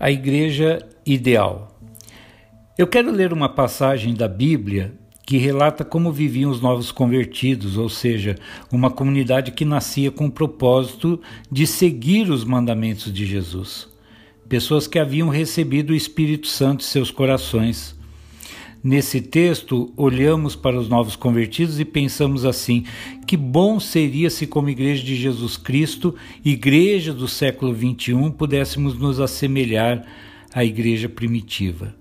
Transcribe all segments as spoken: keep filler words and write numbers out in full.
A igreja ideal. Eu quero ler uma passagem da Bíblia que relata como viviam os novos convertidos, ou seja, uma comunidade que nascia com o propósito de seguir os mandamentos de Jesus. Pessoas que haviam recebido o Espírito Santo em seus corações. Nesse texto, olhamos para os novos convertidos e pensamos assim: que bom seria se, como Igreja de Jesus Cristo, Igreja do século vinte e um, pudéssemos nos assemelhar à Igreja primitiva.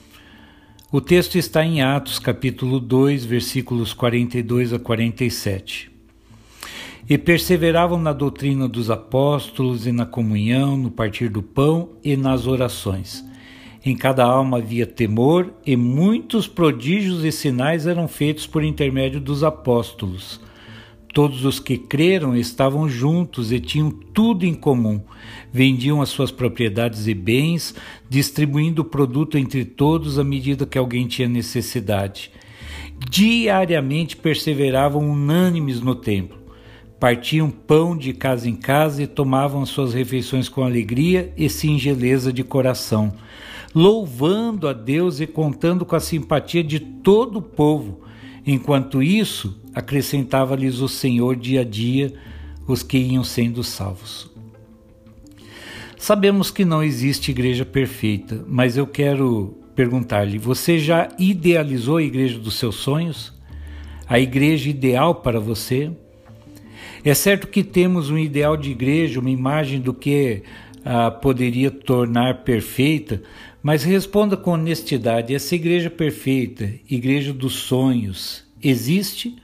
O texto está em Atos, capítulo dois, versículos quarenta e dois a quarenta e sete. E perseveravam na doutrina dos apóstolos e na comunhão, no partir do pão e nas orações. Em cada alma havia temor, e muitos prodígios e sinais eram feitos por intermédio dos apóstolos. Todos os que creram estavam juntos e tinham tudo em comum. Vendiam as suas propriedades e bens, distribuindo o produto entre todos à medida que alguém tinha necessidade. Diariamente perseveravam unânimes no templo. Partiam pão de casa em casa e tomavam as suas refeições com alegria e singeleza de coração, louvando a Deus e contando com a simpatia de todo o povo. Enquanto isso, acrescentava-lhes o Senhor dia a dia os que iam sendo salvos. Sabemos que não existe igreja perfeita, mas eu quero perguntar-lhe: você já idealizou a igreja dos seus sonhos? A igreja ideal para você? É certo que temos um ideal de igreja, uma imagem do que a poderia tornar perfeita, mas responda com honestidade: essa igreja perfeita, igreja dos sonhos, existe?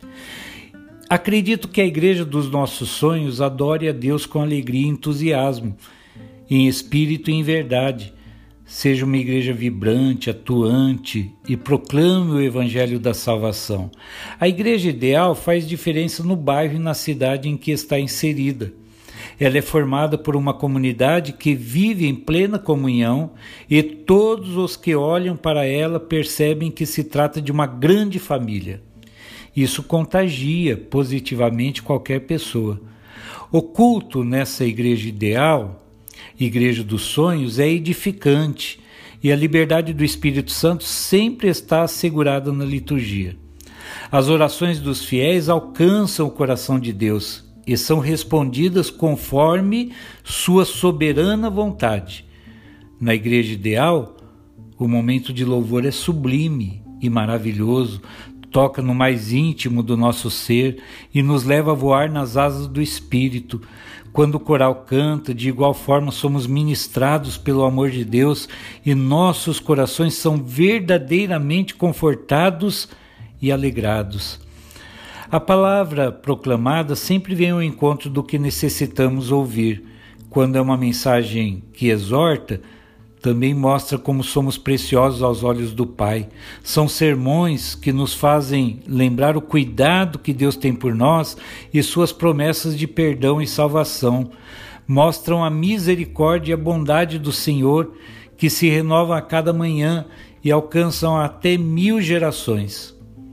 Acredito que a igreja dos nossos sonhos adore a Deus com alegria e entusiasmo, em espírito e em verdade. Seja uma igreja vibrante, atuante e proclame o evangelho da salvação. A igreja ideal faz diferença no bairro e na cidade em que está inserida. Ela é formada por uma comunidade que vive em plena comunhão e todos os que olham para ela percebem que se trata de uma grande família. Isso contagia positivamente qualquer pessoa. O culto nessa igreja ideal, igreja dos sonhos, é edificante e a liberdade do Espírito Santo sempre está assegurada na liturgia. As orações dos fiéis alcançam o coração de Deus e são respondidas conforme sua soberana vontade. Na igreja ideal, o momento de louvor é sublime e maravilhoso, toca no mais íntimo do nosso ser e nos leva a voar nas asas do Espírito. Quando o coral canta, de igual forma somos ministrados pelo amor de Deus e nossos corações são verdadeiramente confortados e alegrados. A palavra proclamada sempre vem ao encontro do que necessitamos ouvir. Quando é uma mensagem que exorta, também mostra como somos preciosos aos olhos do Pai. São sermões que nos fazem lembrar o cuidado que Deus tem por nós e suas promessas de perdão e salvação. Mostram a misericórdia e a bondade do Senhor, que se renovam a cada manhã e alcançam até mil gerações.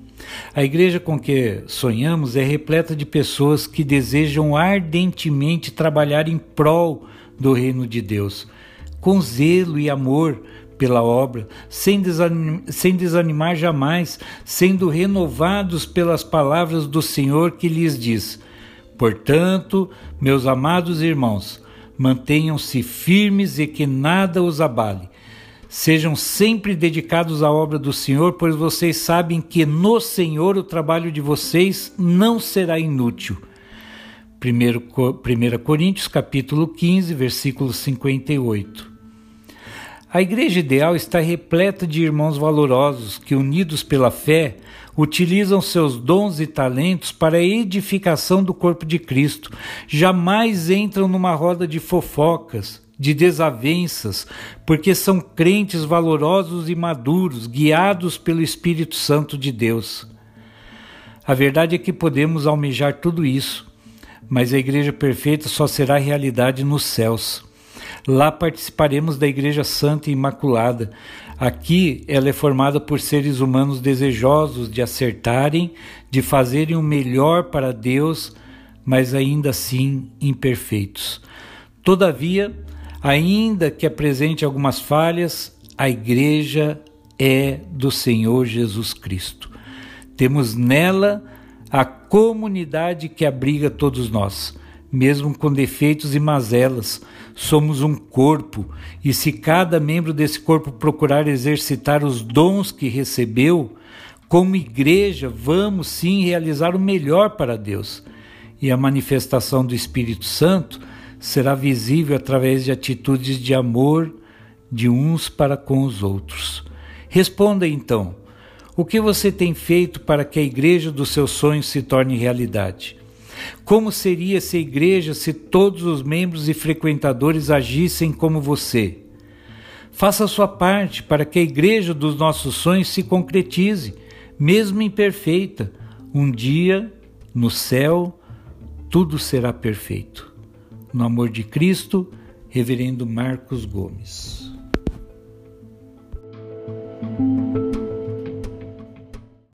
A igreja com que sonhamos é repleta de pessoas que desejam ardentemente trabalhar em prol do reino de Deus, com zelo e amor pela obra, sem desanimar, sem desanimar jamais, sendo renovados pelas palavras do Senhor que lhes diz: portanto, meus amados irmãos, mantenham-se firmes e que nada os abale. Sejam sempre dedicados à obra do Senhor, pois vocês sabem que no Senhor o trabalho de vocês não será inútil. primeira Coríntios, capítulo quinze, versículo cinquenta e oito. A igreja ideal está repleta de irmãos valorosos que, unidos pela fé, utilizam seus dons e talentos para a edificação do corpo de Cristo. Jamais entram numa roda de fofocas, de desavenças, porque são crentes valorosos e maduros, guiados pelo Espírito Santo de Deus. A verdade é que podemos almejar tudo isso, mas a igreja perfeita só será realidade nos céus. Lá participaremos da Igreja Santa e Imaculada. Aqui ela é formada por seres humanos desejosos de acertarem, de fazerem o melhor para Deus, mas ainda assim imperfeitos. Todavia, Ainda que apresente algumas falhas, a igreja é do Senhor Jesus Cristo. Temos nela a comunidade que abriga todos nós, mesmo com defeitos e mazelas. Somos um corpo, e se cada membro desse corpo procurar exercitar os dons que recebeu, como igreja, vamos sim realizar o melhor para Deus. E a manifestação do Espírito Santo será visível através de atitudes de amor de uns para com os outros. Responda então, o que você tem feito para que a igreja dos seus sonhos se torne realidade? Como seria essa igreja se todos os membros e frequentadores agissem como você? Faça a sua parte para que a igreja dos nossos sonhos se concretize, mesmo imperfeita. Um dia, no céu, tudo será perfeito. No amor de Cristo, Reverendo Marcos Gomes.